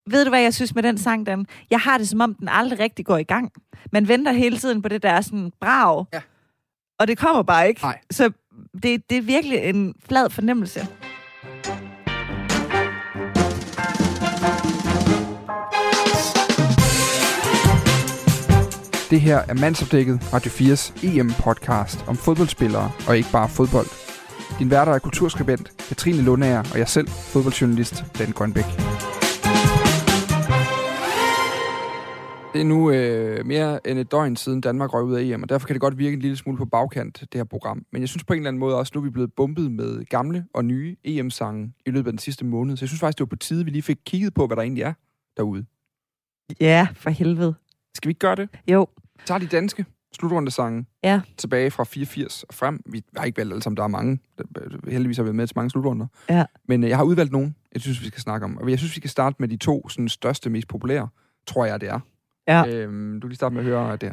ved du, hvad jeg synes med den sang, Dan? Jeg har det, som om den aldrig rigtig går i gang. Man venter hele tiden på det der sådan brag, og det kommer bare ikke. Nej. Så det er virkelig en flad fornemmelse. Det her er Mandsopdækket, Radio 4's EM-podcast om fodboldspillere og ikke bare fodbold. Din værter er kulturskribent Katrine Lundager og jeg selv, fodboldjournalist Dan Grønbæk. Det er nu mere end et døgn siden Danmark røg ud af EM, og derfor kan det godt virke en lille smule på bagkant, det her program. Men jeg synes på en eller anden måde også, nu er vi blevet bumpet med gamle og nye EM-sange i løbet af den sidste måned. Så jeg synes faktisk, det var på tide, vi lige fik kigget på, hvad der egentlig er derude. Ja, for helvede. Skal vi ikke gøre det? Jo. Vi tager de danske slutrundesange tilbage fra 84 og frem. Vi har ikke valgt alle sammen, der er mange. Heldigvis har vi været med til mange slutrunder. Ja. Men jeg har udvalgt nogen, jeg synes, vi skal snakke om. Og jeg synes, vi skal starte med de to sådan, største, mest populære, tror jeg, det er. Ja. Du kan lige starte med at høre det her.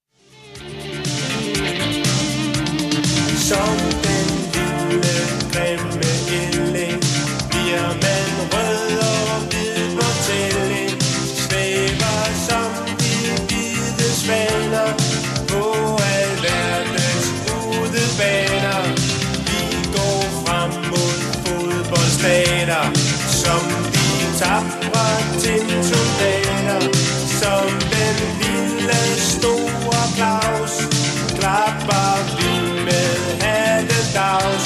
Som den lille grimme ælling bliver man rød og hvid på tælling. Svæver som de hvide svaner på alverdens udebaner. Vi går frem mod fodboldstater som de tapre tinsoldater. Som den lille store Claus klapper vi med halledags.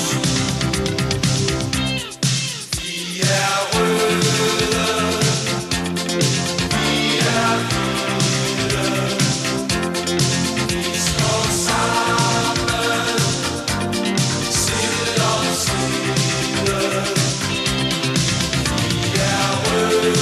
De er røde, de er hvide, vi står sammen, side om side. De er røde.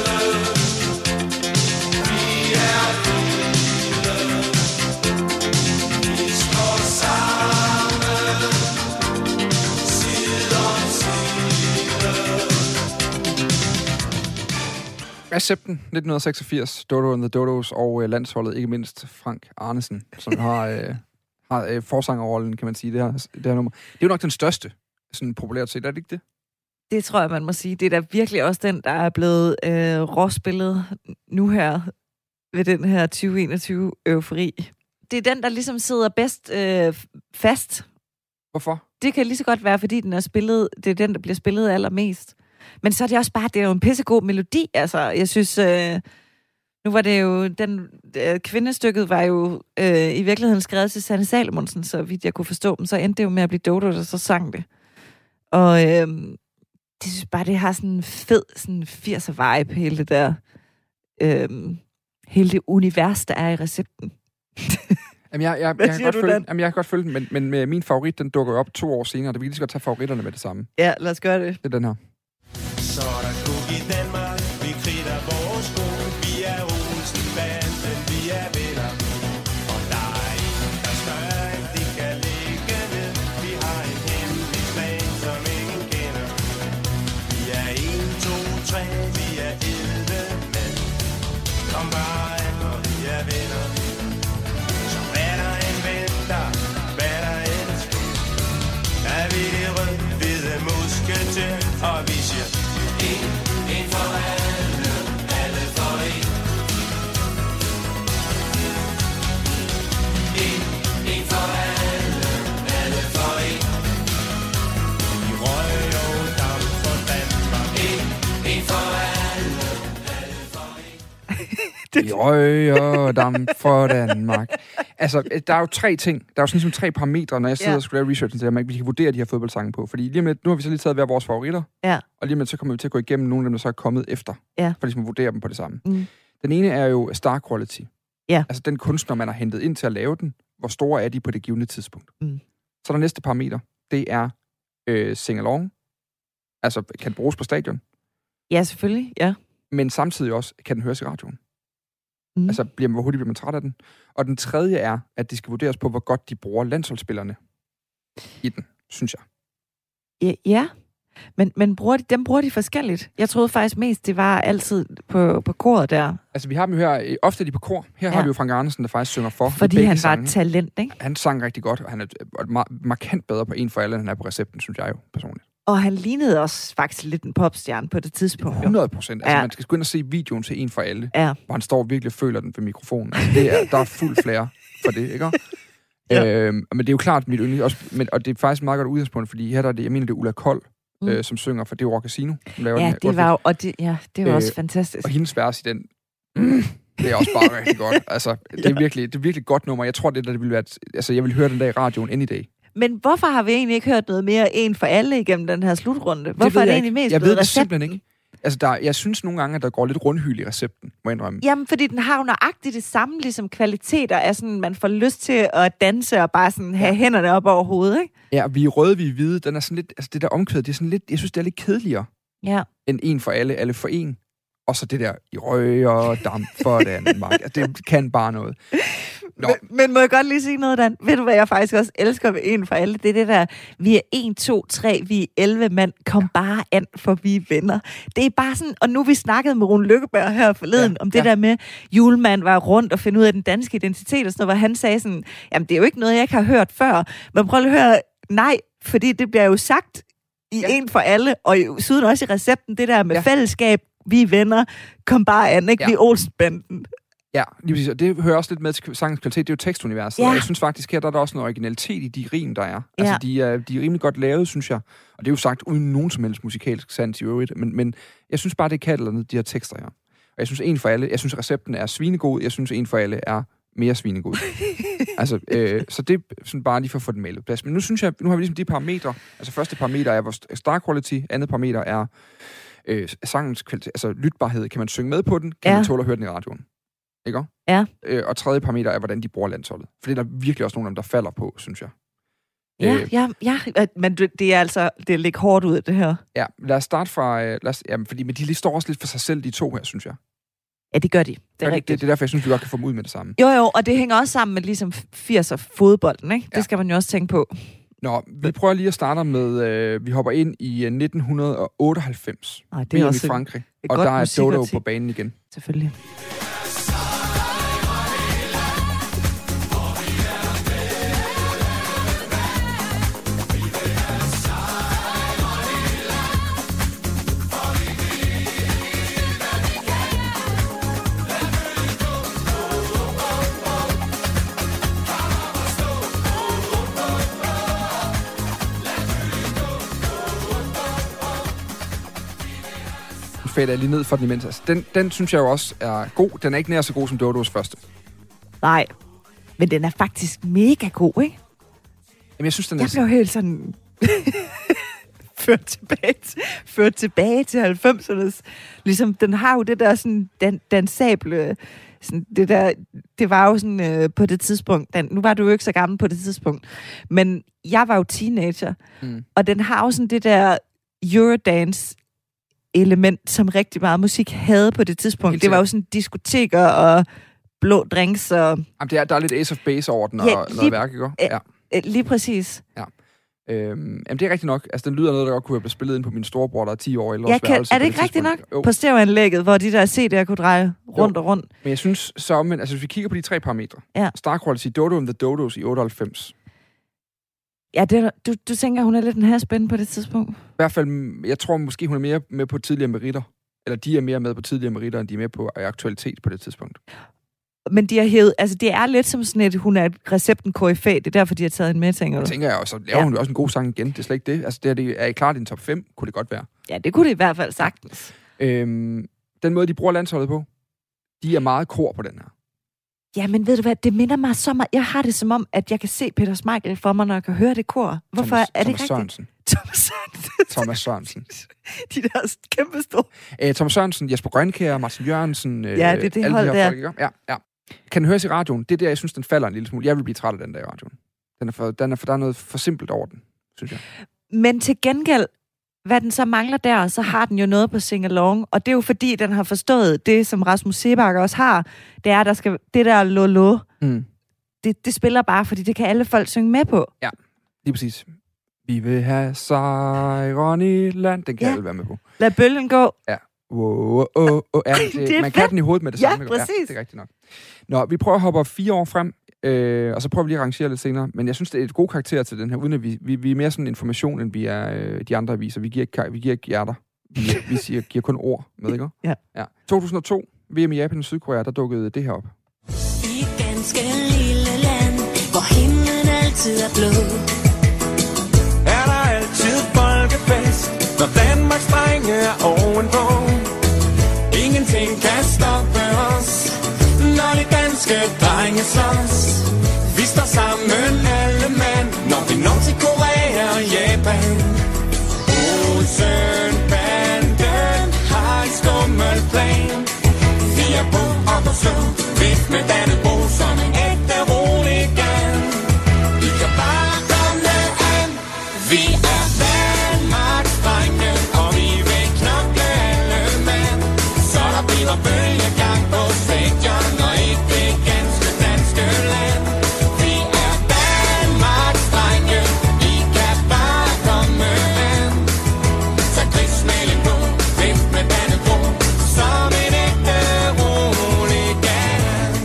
Recepten 1986, Dodo and the Dodos og landsholdet, ikke mindst Frank Arnesen, som har forsangerrollen, kan man sige, det her nummer. Det er jo nok den største, sådan populært set, er det ikke det? Det tror jeg, man må sige. Det er da virkelig også den, der er blevet råspillet nu her ved den her 2021-eufori. Det er den, der ligesom sidder bedst fast. Hvorfor? Det kan lige så godt være, fordi den er spillet, det er den, der bliver spillet allermest. Men så er det også bare, det er jo en pissegod melodi. Altså, jeg synes, nu var det jo, kvindestykket var jo i virkeligheden skrevet til Sanne Salomonsen, så vidt jeg kunne forstå dem, så endte det jo med at blive Dodo, der så sang det. Og det synes bare, det har sådan en fed, sådan 80'er vibe, hele det der, hele det univers, der er i recepten. Jeg kan godt følge den, men med min favorit, den dukker op 2 år senere, og det vil lige så godt tage favoritterne med det samme. Ja, lad os gøre det. Det er den her. Så er der kug i Danmark, vi kritter vores sko. Vi er Olsen-banden, vi er venner. Og der er en, der spørger, om de kan ligge ned. Vi har en hemmelig plan, som ingen kender. Vi er 1, 2, 3, vi er 11 mænd. Kom bare an, og vi er venner. Så hvad der end venter, hvad der end sker, er vi det rød-hvide musketeer, og vi siger en for alle for en. En for alle for en. Vi røg og damp for Danmark. En for alle for en. Vi røg og damp for Danmark. Altså, der er jo 3 ting. Der er jo sådan ligesom 3 parametre, når jeg sidder og skulle lave researchen til, at vi kan vurdere de her fodboldsange på. Fordi lige med, nu har vi så lige taget hver vores favoritter, og lige med så kommer vi til at gå igennem nogle af dem, der så er kommet efter, for ligesom at vurdere dem på det samme. Mm. Den ene er jo star quality. Ja. Altså den kunstner, man har hentet ind til at lave den, hvor store er de på det givne tidspunkt. Mm. Så der næste parameter, det er sing-along. Altså, kan den bruges på stadion? Ja, selvfølgelig, ja. Men samtidig også, kan den høres i radioen? Mm. Altså, hvor hurtigt bliver man træt af den? Og den tredje er, at de skal vurderes på, hvor godt de bruger landsholdsspillerne i den, synes jeg. Ja. Men dem bruger de forskelligt. Jeg troede faktisk mest, det var altid på koret der. Altså, vi har dem her, ofte er de på kor. Her har vi jo Frank Arnesen, der faktisk synger for. Fordi han var et talent, ikke? Han sang rigtig godt, og han er markant bedre på En for alle, end han er på recepten, synes jeg jo personligt. Og han lignede også faktisk lidt en popstjerne på det tidspunkt. 100%. Altså, man skal gå ind og se videoen til En for alle, hvor han står og virkelig føler den ved mikrofonen. Altså, der er fuld flere for det, ikke? Men det er jo klart mit yndling, og det er faktisk et meget godt udgangspunkt, fordi her der er det, jeg mener, det er Ulla Kold, som synger, for det er jo Rock Casino. Det var jo, det var også fantastisk. Og hendes vers i den, det er også bare rigtig godt. Altså, det er virkelig et godt nummer. Jeg tror, det ville være, jeg vil høre den der i radioen any day. Men hvorfor har vi egentlig ikke hørt noget mere En for alle igennem den her slutrunde? Hvorfor er det egentlig mest jeg ved det simpelthen ikke. Altså, jeg synes nogle gange, at der går lidt rundhyl i recepten, må jeg indrømme. Jamen, fordi den har jo nøjagtigt det samme, ligesom kvaliteter af sådan, man får lyst til at danse og bare sådan have hænderne op over hovedet, ikke? Ja, vi er røde, vi er hvide. Den er sådan lidt, altså det der omkvæd, det er sådan lidt, jeg synes, det er lidt kedeligere. End En for alle, alle for en. Og så det der, i røg og damp for Danmark. Altså, det kan bare noget. Men må jeg godt lige sige noget, Dan? Ved du, hvad jeg faktisk også elsker ved En for alle? Det er det der, vi er 1, 2, 3, vi er 11 mand. Kom bare an, for vi er venner. Det er bare sådan, og nu vi snakkede med Rune Lykkeberg her forleden, om det der med, julemand var rundt og finde ud af den danske identitet, og sådan noget, hvor han sagde sådan, jamen det er jo ikke noget, jeg ikke har hørt før. Men prøv lige at høre, nej, fordi det bliver jo sagt i En for alle, og siden også i recepten, det der med fællesskab, vi er venner, kom bare an, ikke? Vi er Olsenbanden. Ja, lige præcis. Og det hører også lidt med til sangens kvalitet. Det er jo tekstuniverset. Og jeg synes faktisk, her der er der også noget originalitet i de rim, der er. Altså, de er rimelig godt lavet, synes jeg. Og det er jo sagt uden nogen som helst musikalsk sans i øvrigt. Men jeg synes bare, det kan noget, de her tekster her. Og jeg synes En for alle, jeg synes recepten er svinegod. Jeg synes En for alle er mere svinegod. Altså, så det er sådan bare lige for at få den malet plads. Men nu synes jeg, nu har vi ligesom de parametre. Altså, første parameter er vores star quality. Andet parameter er sangens kvalitet. Altså, lytbarhed. Kan man synge med på den? Kan man tåle at høre den i radioen? Ikke? Ja. Og tredje parameter er, hvordan de bruger landsholdet. For det er der virkelig også nogle af dem, der falder på, synes jeg. Ja. Men det er altså, det er lidt hårdt ud, det her. Ja, lad os starte fra... fordi men de står også lidt for sig selv, de to her, synes jeg. Ja, det gør de. Det er rigtigt. Det er derfor, jeg synes, vi godt kan få dem ud med det samme. Jo, og det hænger også sammen med ligesom 80'er fodbolden, ikke? Det skal man jo også tænke på. Nå, vi prøver lige at starte med... vi hopper ind i 1998. Det er også i Frankrig. Og der er Dodo på banen igen. Selvfølgelig. Fader jeg lige ned for den imens. Altså, den synes jeg jo også er god. Den er ikke nær så god som Dodos første. Nej, men den er faktisk mega god, ikke? Jamen, jeg synes, den er... Jeg blev helt sådan... ført tilbage til 90'ernes. Ligesom, den har jo det der sådan... dansable... Sådan, det var jo sådan på det tidspunkt... nu var du jo ikke så gammel på det tidspunkt. Men jeg var jo teenager. Og den har jo sådan det der Eurodance... element, som rigtig meget musik havde på det tidspunkt. Det var jo sådan diskoteker og blå drinks og... Jamen, der er lidt Ace of Base over den og noget værk, ikke? Ja. Lige præcis. Ja. Jamen, det er rigtigt nok. Altså, den lyder noget, der godt kunne have spillet ind på min storebror, der er 10 år ældre. Er det ikke rigtigt nok? Jo. På stereoanlægget, hvor de der CD'er kunne dreje rundt og rundt. Men jeg synes så, hvis vi kigger på de 3 parametre. Star Quality, Dodo and the Dodos i 98. Ja, du tænker, hun er lidt en haspin på det tidspunkt? I hvert fald, jeg tror måske, hun er mere med på tidligere meritter. Eller de er mere med på tidligere meritter, end de er med på aktualitet på det tidspunkt. Men de har hævet, altså det er lidt som sådan et, hun er recepten KFA, det er derfor, de har taget en med, tænker du? Det tænker jeg også, så laver hun også en god sang igen, det er slet ikke det. Altså det er klart i en top 5, kunne det godt være. Ja, det kunne det i hvert fald sagtens. Den måde, de bruger landsholdet på, de er meget kor på den her. Ja, men ved du hvad, det minder mig så meget. Jeg har det som om, at jeg kan se Peter Smeichel for mig, når jeg kan høre det kor. Hvorfor er det ikke rigtigt? Thomas Sørensen. De der kæmpe store. Thomas Sørensen, Jesper Grønkjær, Martin Jørgensen. Ja, det er det hold der. Folk, ja. Kan den høres i radioen? Det er der, jeg synes, den falder en lille smule. Jeg vil blive træt af den der i radioen. Der er noget for simpelt over den, synes jeg. Men til gengæld, hvad den så mangler der, så har den jo noget på sing-along, og det er jo fordi, den har forstået det, som Rasmus Seebach også har, det er, der skal, det der lolo, det spiller bare, fordi det kan alle folk synge med på. Ja, lige præcis. Vi vil have sejren i land, den kan alle være med på. Lad bølgen gå. Ja. Ja, man kan den i hovedet med det samme. Ja, præcis. Ja, det er rigtigt nok. Nå, vi prøver at hoppe 4 år frem. Og så prøver vi lige at rangere lidt senere. Men jeg synes, det er et god karakter til den her, uden at vi er mere sådan information, end vi er de andre aviser. Vi giver ikke hjerter. Vi giver kun ord med, ikke? Ja. 2002, VM i Japan og Sydkorea, der dukkede det her op. I et ganske lille land, hvor himlen altid er blå, Er der altid folkefest, når Danmarks drenge er ovenpå. Ingenting kan stoppe os, når de danske drenge slås. Vi står sammen alle mand, når vi når til Korea og Japan. Olsen-banden har en skummel plan. Vi er på op og slå, vidt med Dannebro som en ægte roligan. Vi kan bare komme an, vi er Danmarks drenge, og vi vil knokle alle mand. Så der bliver bølgegang på stadion, og i det ganske danske land. Vi er Danmarks drenge, vi kan bare komme an. Tag krigsmelding på, vidt med Dannebro som en ægte roligan.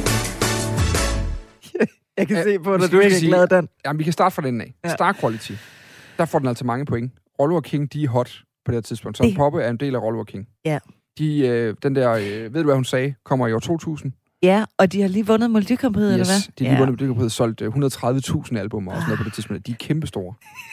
Jeg kan se på dig, du ikke er glad af den. Jamen, vi kan starte fra den af. Ja. Star Quality. Der får den altså mange point. Rollo og King, de er hot på det her tidspunkt. Så Poppe er en del af Rollo og King. Ja. Den der, ved du hvad hun sagde, kommer i år 2000. Ja, og de har lige vundet Melodi Grand Prix, eller hvad? De har lige vundet Melodi Grand Prix, solgt 130.000 albumer og sådan noget på det tidspunkt. De er kæmpestore.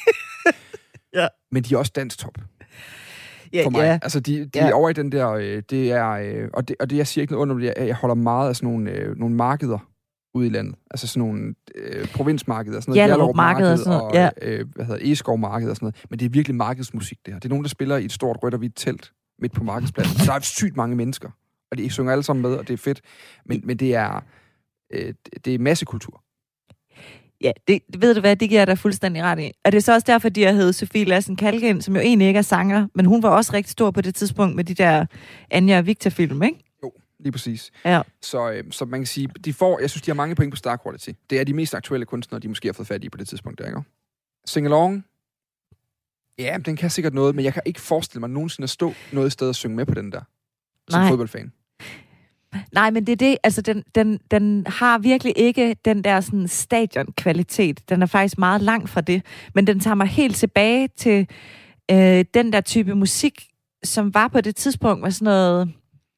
Ja. Men de er også danstop. Ja, for mig. ja. Altså, de er over i den der, det er, og det, jeg siger ikke noget under, men jeg holder meget af sådan nogle markeder ude i landet. Altså sådan nogle provinsmarkeder, sådan noget Hjallerup-marked og sådan noget, og Egeskov-marked og sådan noget. Men det er virkelig markedsmusik, det her. Det er nogen, der spiller i et stort rødt og hvidt telt midt på markedspladsen. Og der er sygt mange mennesker, og de synger alle sammen med, og det er fedt. Men det er massekultur. Ja, det ved du hvad, det giver jeg dig fuldstændig ret i. Og det er så også derfor, de har heddet Sofie Lassen Kalken, som jo egentlig ikke er sanger, men hun var også rigtig stor på det tidspunkt med de der Anja og Victor-film, ikke? Jo, lige præcis. Ja. Så man kan sige, jeg synes, de har mange point på Star Quality. Det er de mest aktuelle kunstnere, de måske har fået fat i på det tidspunkt, der, ikke? Sing Along. Ja, den kan sikkert noget, men jeg kan ikke forestille mig nogensinde at stå noget sted og synge med på den der. Som fodboldfan. Nej, men det er det. Altså, den har virkelig ikke den der sådan stadionkvalitet. Den er faktisk meget langt fra det. Men den tager mig helt tilbage til den der type musik, som var på det tidspunkt med sådan noget...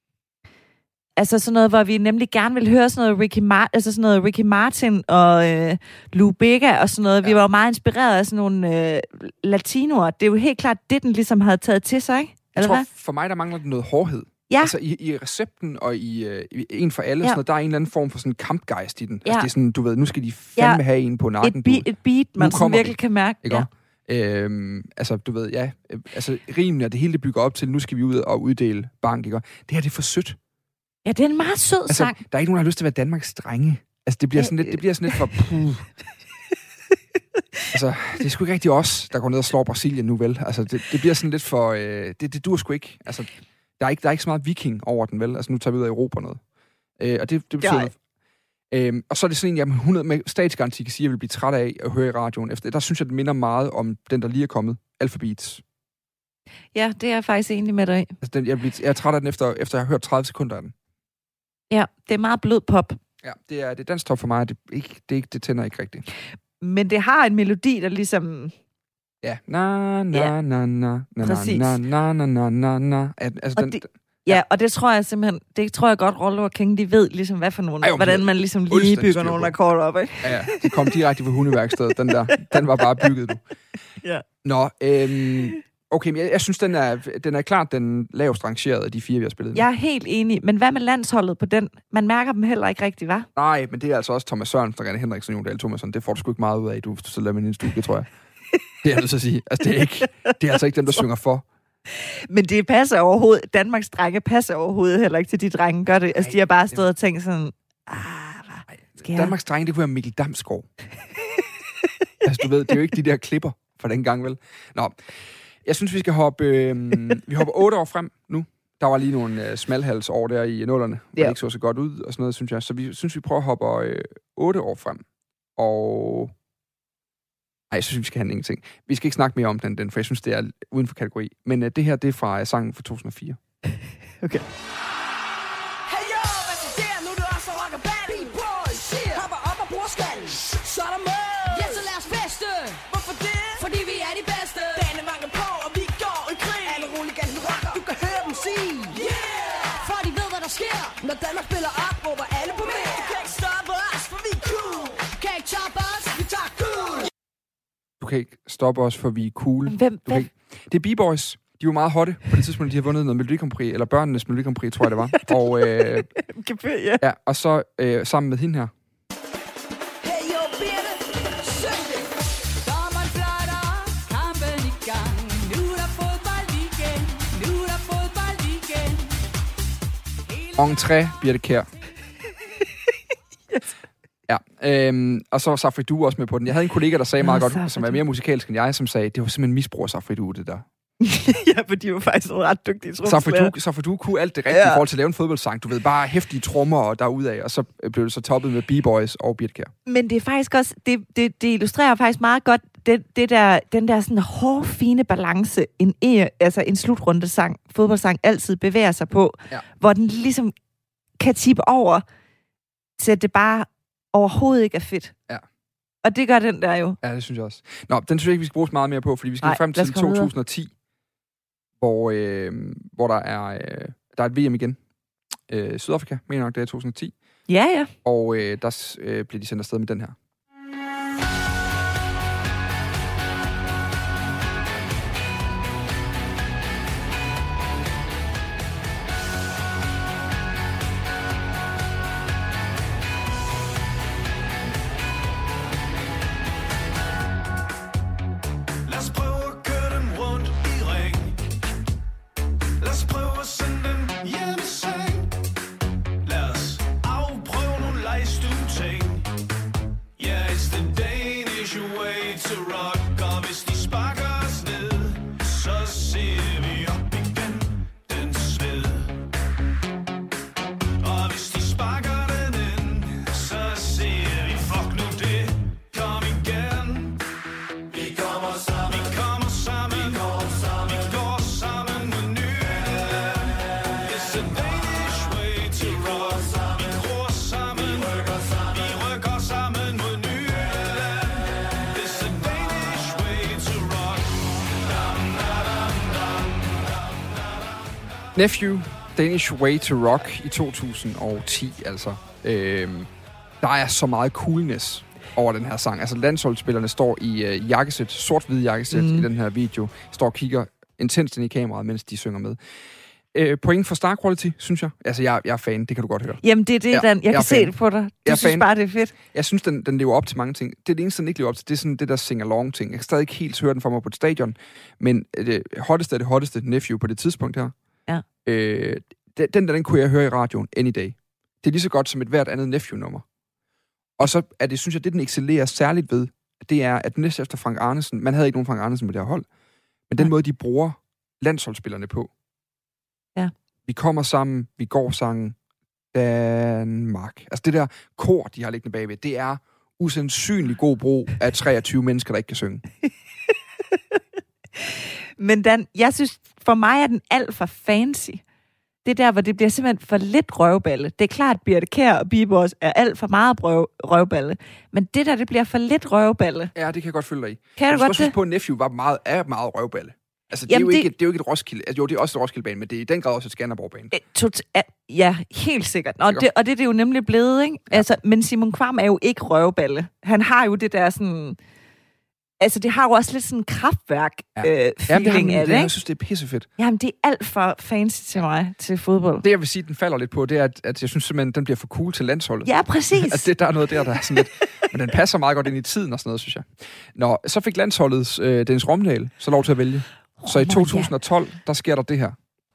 Altså sådan noget, hvor vi nemlig gerne ville høre sådan noget Ricky Martin og Lou Bega og sådan noget. Ja. Vi var jo meget inspireret af sådan nogle latinoer. Det er jo helt klart det, den ligesom havde taget til sig, ikke? Eller jeg tror, for mig, der mangler noget hårdhed. Ja. Altså i recepten og i en for alle, sådan noget, der er en eller anden form for sådan kampgejst i den. Ja. Altså det er sådan, du ved, nu skal de fandme have en på nakken. Et beat, man sådan virkelig kan mærke. Ikke? Ja. Altså, du ved, rimene og det hele det bygger op til, nu skal vi ud og uddele bank, ikke? Det her, det er for sødt. Ja, det er en meget sød sang. Der er ikke nogen, der har lyst til at være Danmarks drenge. Altså, det bliver sådan lidt for... Altså, det er sgu ikke rigtig os, der går ned og slår Brasilien nu, vel? Altså, det bliver sådan lidt for... Det duer sgu ikke. Altså, der er ikke så meget viking over den, vel? Altså, nu tager vi ud af Europa noget. Og det betyder... og så er det sådan en, jamen 100 med statsgaranti kan sige, at jeg vil blive træt af at høre i radioen efter. Der synes jeg, det minder meget om den, der lige er kommet. Alphabets. Ja, det er jeg faktisk enig med dig i. Altså, jeg er træt af den, efter jeg har hørt 30 sekunder af den. Ja, det er meget blød pop. Ja, det er danstop for mig. Det tænder ikke rigtigt. Men det har en melodi, der ligesom... Ja. Na, na, na, na, na, na, na, na, na. Altså, og det tror jeg simpelthen... Det tror jeg godt, Rollo og King, de ved ligesom, hvad for nogle... Hvordan man ligesom lige bygger nogle akkorder op, ikke? Ja, de kom direkte fra hundeværkstedet. Den var bare bygget, du. Ja. Nå, okay, men jeg synes, den er klart den lavest rangerede af de 4, vi har spillet. Jeg er helt enig, men hvad med landsholdet på den? Man mærker dem heller ikke rigtigt, hva'? Nej, men det er altså også Thomas Sørensen, der René Henriksen og Jon Dahl Thomasson. Det får du sgu ikke meget ud af, du så lader med din studie, tror jeg. Det er jeg nødt til at sige. Altså, det er altså ikke dem, der synger for. Men det passer overhovedet. Danmarks drenge passer overhovedet heller ikke til de drenge, gør det. Altså, de har bare stået og tænkt sådan... Danmarks drenge, det kunne være Mikkel Damsgaard. Altså, du ved, det er jo ikke de der klipper fra den gang, vel? Nå, jeg synes, vi skal vi hopper 8 år frem nu. Der var lige nogle smalhalsår der i 0'erne, hvor det ikke så godt ud og sådan noget, synes jeg. Så vi synes, vi prøver at hoppe 8 år frem. Og... Nej, jeg synes, vi skal have ingenting. Vi skal ikke snakke mere om den, for jeg synes, det er uden for kategori. Men det her, det er fra sangen fra 2004. Okay. Hey yo, hvad så der? Nu er det også rockabilly boys. Hopper op og bruger Yeah, når Danmark spiller op, råber alle på mig. Du kan ikke stoppe os, for vi er cool. Du kan ikke toppe os, vi tager cool. Du kan ikke stoppe os, for vi er cool. Hvem? Det er B-Boys. De var meget hotte på det tidspunkt, de har vundet noget Melodi Grand Prix, eller børnenes Melodi Grand Prix, tror jeg det var. Og, ja, og så sammen med hende her. Hey yo, Birte, syng det. Dommeren fløjter, kampen i gang. Nu er der fodbold igen. Nu er der fodbold igen. Entré, Birte Kjær. Ja, og så var Safri Duo også med på den. Jeg havde en kollega, der sagde meget godt, som er mere musikalsk end jeg, som sagde, det var simpelthen misbrug af Safri Duo, det der. Ja, for de var faktisk ret dygtige tromslærer. Safri Duo kunne alt det rigtige i forhold til at lave en fodboldsang. Du ved, bare heftige trommer og derudaf, og så blev det så toppet med B-Boys og Birte Kjær. Men det er faktisk også, det illustrerer faktisk meget godt den der sådan hårfine balance, en slutrundesang, fodboldsang altid bevæger sig på, hvor den ligesom kan tippe over, så det bare overhovedet ikke er fedt. Ja. Og det gør den der jo. Ja, det synes jeg også. Nå, den synes jeg ikke, vi skal bruge meget mere på, fordi vi skal frem til 2010, hvor der er et VM igen. Sydafrika, mener nok, det er 2010. Ja. Og der bliver de sendt afsted med den her. Nephew, Danish Way to Rock i 2010, altså. Der er så meget coolness over den her sang. Altså, landsholdsspillerne står i jakkesæt, sort-hvide jakkesæt i den her video, står og kigger intenst ind i kameraet, mens de synger med. Point for Star Quality, synes jeg. Altså, jeg er fan, det kan du godt høre. Jamen, det er det, jeg kan se det på dig. Du synes fan. Bare, det er fedt. Jeg synes, den lever op til mange ting. Det er det eneste, den ikke lever op til. Det er sådan det der sing-along-ting. Jeg kan stadig ikke helt høre den for mig på et stadion, men det hotteste Nephew på det tidspunkt her. Ja. Den kunne jeg høre i radioen any day. Det er lige så godt som et hvert andet Nephew-nummer. Og så er det, synes jeg, det den excellerer særligt ved, det er, at næste efter Frank Arnesen, man havde ikke nogen Frank Arnesen på det her hold, men den måde, de bruger landsholdsspillerne på. Ja. Vi kommer sammen, vi går sangen, Danmark. Altså det der kor, de har liggende bagved, det er usandsynlig god brug af 23 mennesker, der ikke kan synge. Men jeg synes, for mig er den alt for fancy. Det er der, hvor det bliver simpelthen for lidt røvballe. Det er klart, at Birte Kjær og B-Boys er alt for meget røvballe. Men det der, det bliver for lidt røvballe. Ja, det kan jeg godt følge dig i. Kan du godt synes på, at Nephew var meget røvballe. Altså, det er jo ikke et Roskilde. Altså, jo, det er også et Roskilde-bane, men det er i den grad også et Skanderborg-bane. Ja, helt sikkert. Og det er jo nemlig blevet, ikke? Ja. Altså, men Simon Kvam er jo ikke røvballe. Han har jo det der sådan... Altså, det har jo også lidt sådan en kraftværk-feeling af det, ikke? Jeg synes, det er pissefedt. Jamen, det er alt for fancy til mig, til fodbold. Det, jeg vil sige, den falder lidt på, det er, at jeg synes simpelthen, den bliver for cool til landsholdet. Ja, præcis. Altså, der er noget der er sådan lidt... Men den passer meget godt ind i tiden og sådan noget, synes jeg. Nå, så fik landsholdets Dennis Romdal så lov til at vælge. Så i 2012, der sker der det her.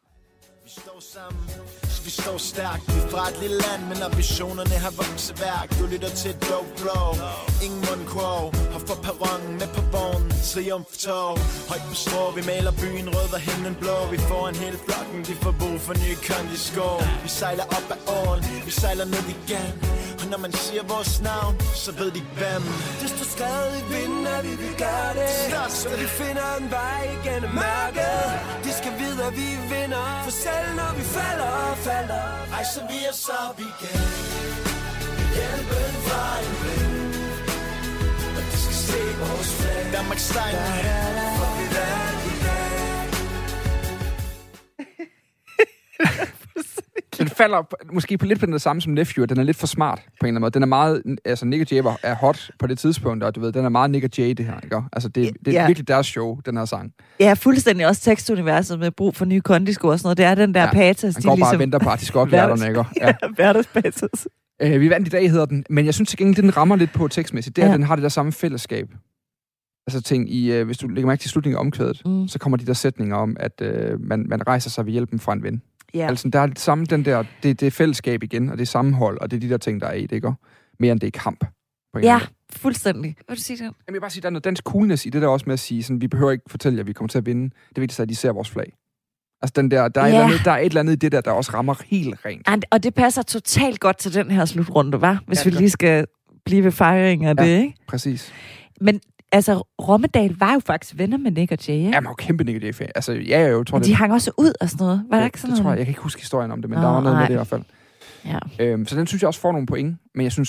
Vi står stærkt, vi er fra et lille land, men ambitionerne har vokset værk. Du lytter til et dope flow, ingen mundkrog. Har for perronen med på vognen, triumftog. Højt på strå, vi maler byen rød og himlen blå. Vi får en hel flokken, de får brug for nye kondisko. Vi sejler op ad åren, vi sejler ned igen. Og når man siger vores navn, så ved de hvem. Det står skrevet i vinden, at vi vil gøre det. Så vi finder en vej igennem mørket. De skal vide, at vi vinder. For selv når vi falder og falder, rejser vi os op igen. Hjælpen fra en ven. Og de skal se vores flag. Danmarks stejl, for vi vandt i dag. Den falder måske på lidt på den samme som Nephew, den er lidt for smart på en eller anden måde. Den er meget, altså Nick og Jay er hot på det tidspunkt, og du ved, den er meget Nick og Jay, det her, ikke? Altså, det er virkelig deres show, den her sang. Ja, fuldstændig også tekstuniverset med brug for nye kondisko og sådan noget. Det er den der patos. Han går bare og venter på, at de skal oplærerne, ikke? Ja, hverdagspatos. Vi vandt i dag, hedder den, men jeg synes til gengæld, den rammer lidt på tekstmæssigt. Det er, at den har det der samme fællesskab. Altså ting i, hvis du lægger mærke til slutningen af omkvædet, så kommer de der sætninger om, at man rejser sig ved hjælpen fra en ven. Yeah. Altså, der er det samme, det er fællesskab igen, og det er sammenhold, og det er de der ting, der er i det, ikke? Mere end det er kamp. Ja, fuldstændig. Hvad vil du sige det? Jamen, jeg vil bare sige, der er noget dansk coolness i det der også med at sige, sådan, vi behøver ikke fortælle jer, at vi kommer til at vinde. Det vigtigste er, at de ser vores flag. Altså, der er et eller andet i det der også rammer helt rent. Og det passer totalt godt til den her slutrunde, hva'? Hvis vi lige skal blive ved fejringen af det, ikke? Præcis. Men altså, Rommedal var jo faktisk venner med Nick og Jay, ikke? Ja, man var kæmpe Nick og Jay-fan. Altså, jeg tror det. De hang også ud og sådan noget. Var der ikke sådan det noget? Tror jeg kan ikke huske historien om det, men der var noget med det i hvert fald. Ja. Så den synes jeg også får nogle point, men jeg synes,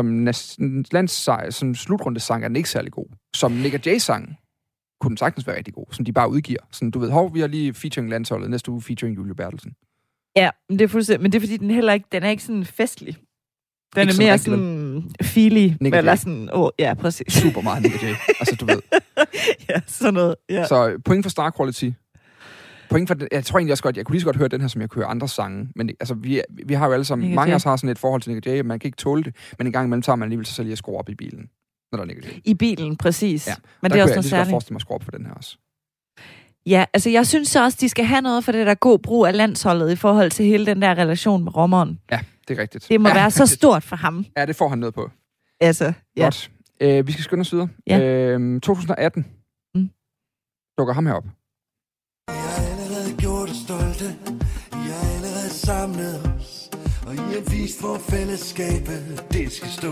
som slutrundesang er den ikke særlig god. Som Nick og Jay-sang kunne den sagtens være rigtig god, som de bare udgiver. Sådan, du ved, vi har lige featuring landsholdet, næste uge featuring Julie Bertelsen. Ja, men det er fuldstændig, men det er fordi, den er ikke sådan festlig. Den er mere sådan feely. Eller sådan, ja, præcis. Super meget Nick og Jay. Altså, du ved. Ja, sådan noget. Ja. Så point for star quality. Point for, jeg tror egentlig også godt, jeg kunne lige så godt høre den her, som jeg kunne høre andre sange. Men altså, vi har jo alle sammen, mange af os har sådan et forhold til Nick og Jay, man kan ikke tåle det, men en gang imellem tager man alligevel sig selv lige at skrue op i bilen, når der er Nick og Jay. I bilen, præcis. Ja. Men det er også noget særligt. Jeg kan forestille mig at skrue op for den her også. Ja, altså jeg synes så også, de skal have noget for det der god brug af landsholdet i forhold til hele den der relation med rommeren. Ja, det er rigtigt. Det må være så stort for ham. Ja, det får han noget på. Altså, ja. Godt. Vi skal skynde os videre. Ja. 2018 dukker ham herop. Jeg har allerede gjort os stolte. Jeg har allerede samlet os. Og I har vist, hvor fællesskabet det skal stå.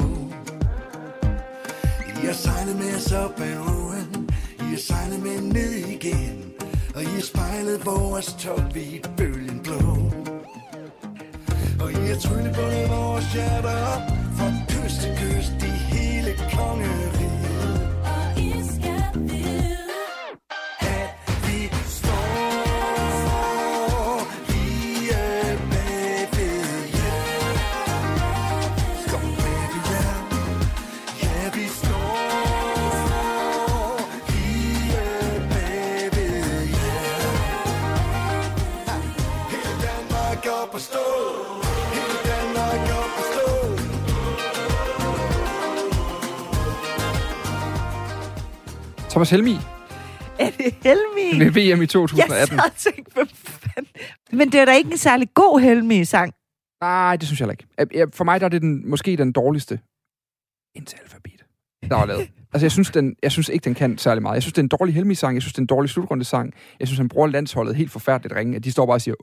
I har sejlet med os op ad åen. I har sejlet med ned igen. Og I har spejlet vores top i bølgen blå. Og I har tryllebundet vores hjerter op. Fra kyst til kyst i hele kongeriget. Og I skal vide, At vi står lige bagved jer. Står bagved jer. Ja, vi står lige bagved jer. Hele Danmark op og stå. Hele Danmark op og stå. Thomas Helmig Er det Helmig? med VM i 2018. Jeg sad og tænkte, hvad fanden? Men det er da ikke en særlig god Helmig-sang. Nej, det synes jeg ikke. For mig der er det måske den dårligste indtil alfabet, der var lavet. Altså, jeg synes ikke, den kan særlig meget. Jeg synes, det er en dårlig Helmig-sang. Jeg synes, det er en dårlig slutrundesang. Jeg synes, han bruger landsholdet helt forfærdeligt ringe. At de står bare og siger,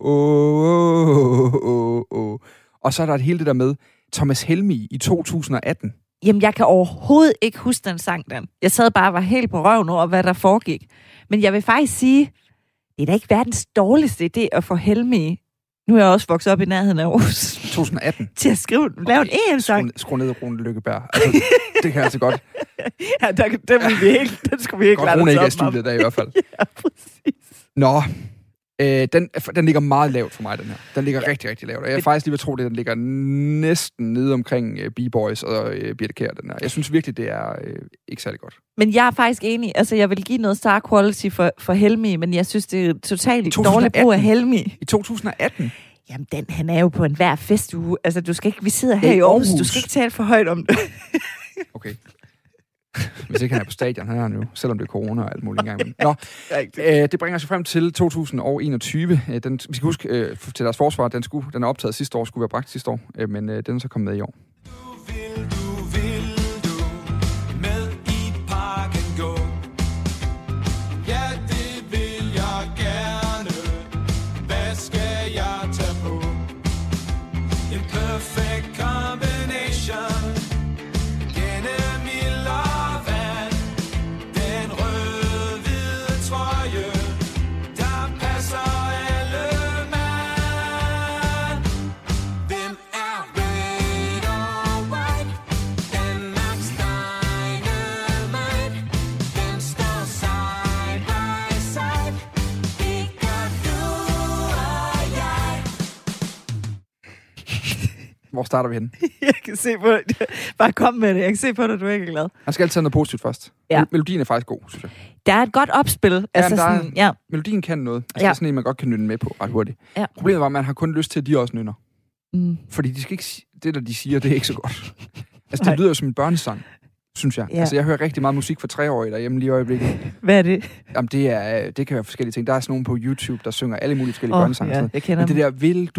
åh. Og så er der hele det der med Thomas Helmig i 2018. Jamen, jeg kan overhovedet ikke huske den sang, den. Jeg sad bare og var helt på røven over, hvad der foregik. Men jeg vil faktisk sige, det er da ikke verdens dårligste idé at få Helmig. Nu er jeg også vokset op i nærheden af Aarhus. 2018. Til at lave en EM-sang. Skru ned Rune Lykkeberg. Altså, det kan jeg altså godt. Ja, den skulle vi ikke lade os ikke op af studiet der i hvert fald. Ja, præcis. Nå, den ligger meget lavt for mig, den her. Den ligger rigtig, rigtig lavt. Og jeg er faktisk lige ved at tro, at den ligger næsten nede omkring B-Boys og Birte Kjær, den her. Jeg synes virkelig, det er ikke særlig godt. Men jeg er faktisk enig. Altså, jeg vil give noget star quality for Helmig, men jeg synes, det er totalt dårligt brug af Helmig. I 2018? Jamen, han er jo på enhver festuge. Altså, vi sidder her i Aarhus. Du skal ikke tale for højt om det. Okay. Hvis ikke han er på stadion, han er nu, selvom det er corona og alt muligt engang. Nå, det bringer os frem til 2021. Vi skal huske til deres forsvar, den er optaget sidste år, skulle være bragt sidste år, men den er så kommet med i år. Vil du med i parken gå? Ja, det vil jeg gerne. Hvad skal jeg tage på? En perfect combination. Gennem ild og vand. Den rød-hvide trøje, der passer alle mand. Hvem er red og white? Danmarks dynamite. Den står side by side. Det gør du og jeg. Hvor starter vi henne? Jeg kan se på det. Bare kom med det. Jeg kan se på det, du ikke er glad. Man skal altid have noget positivt først. Ja. Melodien er faktisk god, synes jeg. Der er et godt opspil. Melodien kan noget. Altså, det er sådan en, man godt kan nynne med på ret hurtigt. Ja. Problemet var, at man har kun lyst til, at de også nynner. Fordi de skal ikke, det, der de siger, det er ikke så godt. Altså, det lyder jo som en børnesang, synes jeg. Ja. Altså, jeg hører rigtig meget musik for 3-årige derhjemme lige i øjeblikket. Hvad er det? Jamen, det kan være forskellige ting. Der er sådan nogen på YouTube, der synger alle mulige forskellige børnesange. Ja, jeg kender men det der,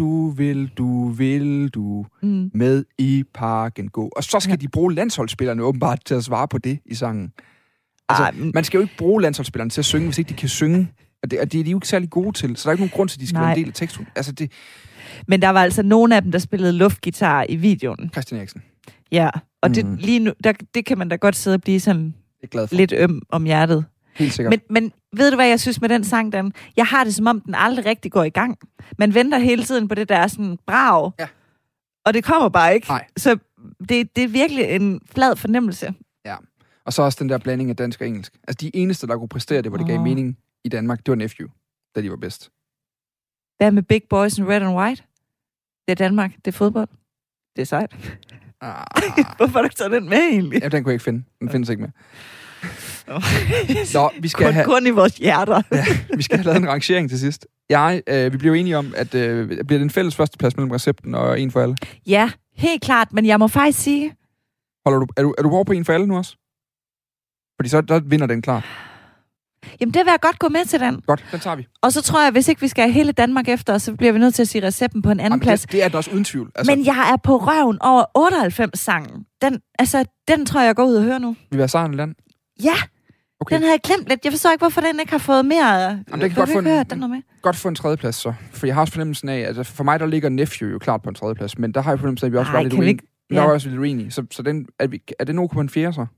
vil du med i parken gå. Og så skal de bruge landsholdsspillerne åbenbart til at svare på det i sangen. Altså, man skal jo ikke bruge landsholdsspillerne til at synge, hvis ikke de kan synge. Og det er de jo ikke særlig gode til, så der er ikke nogen grund til, at de skal være en del af teksten. Altså, det... Men der var altså nogle af dem, der spillede luftgitar i videoen. Christian Eriksen. Ja, og det, lige nu, det kan man da godt sidde og blive sådan lidt øm om hjertet. Helt sikkert. Men ved du, hvad jeg synes med den sang, Dan? Jeg har det, som om den aldrig rigtig går i gang. Man venter hele tiden på det, der er sådan brag. Ja. Og det kommer bare ikke. Nej. Så det er virkelig en flad fornemmelse. Ja. Og så også den der blanding af dansk og engelsk. Altså de eneste, der kunne præstere det, hvor det gav mening i Danmark, det var Nephew, da de var bedst. Hvad med Big Boys and Red and White? Det er Danmark, det er fodbold. Det er sejt. Hvorfor har du taget den med egentlig? Ja, den kunne jeg ikke finde. Den findes ikke mere. Nå, vi skal kun i vores hjerter. Ja, vi skal have lavet en rangering til sidst. Vi blev enige om, at bliver det en fælles førsteplads mellem recepten og en for alle? Ja, helt klart, men jeg må faktisk sige... Er du over på en for alle nu også? Fordi så der vinder den klart. Jamen, det vil jeg godt gå med til den. Godt, den tager vi. Og så tror jeg, hvis ikke vi skal have hele Danmark efter, så bliver vi nødt til at sige recepten på en anden plads. Det er den også uden tvivl. Altså... Men jeg er på røven over 98-sangen. Den tror jeg går ud og høre nu. Vi vil have sejren i land? Ja, okay. Den havde jeg glemt lidt. Jeg forstår ikke, hvorfor den ikke har fået mere... Jamen, det kan godt få en tredjeplads så. For jeg har også fornemmelsen af, at for mig der ligger Nephew jo klart på en tredjeplads, men der har jeg fornemmelsen af, at vi også var lidt uenige. Der var også lidt uenige. Så den, er det nok på en fjerde så?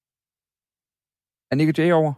Er Nick og Jay over?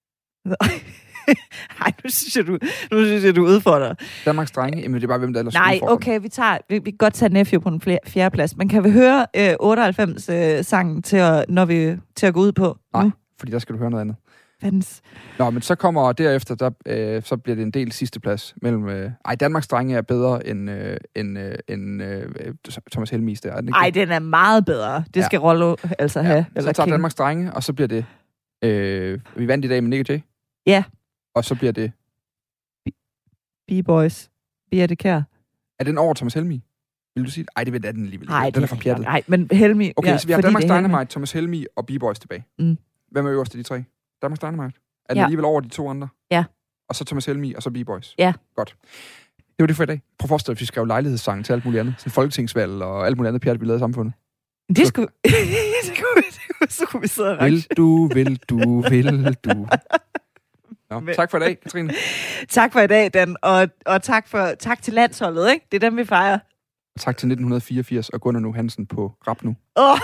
Nej, nu synes jeg, du udfordrer. Danmarks drenge? Jamen, det er bare, hvem der ellers udfordrer. Nej, okay, vi kan godt tage Nephew på en fjerde plads. Men kan vi høre 98-sangen til at gå ud på? Nej, nu? Fordi der skal du høre noget andet. Fandens. Nå, men så kommer derefter, så bliver det en del sidste plads mellem... Danmarks drenge er bedre end Thomas Helmis der. Nej, den er meget bedre. Det skal Rollo altså have. Så tager Danmarks drenge, og så bliver det... vi vandt i dag med Nick og Jay. Ja. Og så bliver det... B-Boys. Birte Kjær. Er den over Thomas Helmi? Vil du sige det? Ej, det ved den alligevel. Nej, den er for pjattet. Nej, men Helmi... Okay, så vi har Danmarks Dynamite, Thomas Helmi og B-Boys tilbage. Hvem er øverst af de tre? Danmarks Dynamite. Er den alligevel over de to andre? Ja. Og så Thomas Helmi, og så B-Boys? Ja. Godt. Det var det for i dag. Prøv at forestille dig, at vi skrev lejlighedssange til alt muligt andet. Sådan folketingsvalg og alt muligt andet pjat, vi lavede i samfundet. Det skulle... så kunne vi sidde og vil du. Nå, tak for i dag, Katrine. Tak for i dag, Dan. Og tak til landsholdet, ikke? Det er dem, vi fejrer. Og tak til 1984 og Gunnar Nu Hansen på Rap Nu.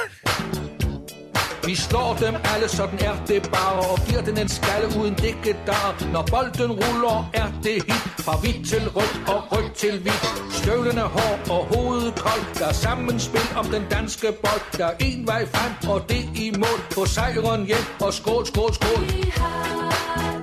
Vi slår dem alle, sådan er det bare, og giver den en skalle uden dikkedar. Når bolden ruller, er det hit, fra hvidt til rødt og rødt til hvidt. Støvlene hård og hovedet kold, der er sammenspil om den danske bold. Der er en vej frem, og det i mål, på sejren hjem, og skål, skål, skål.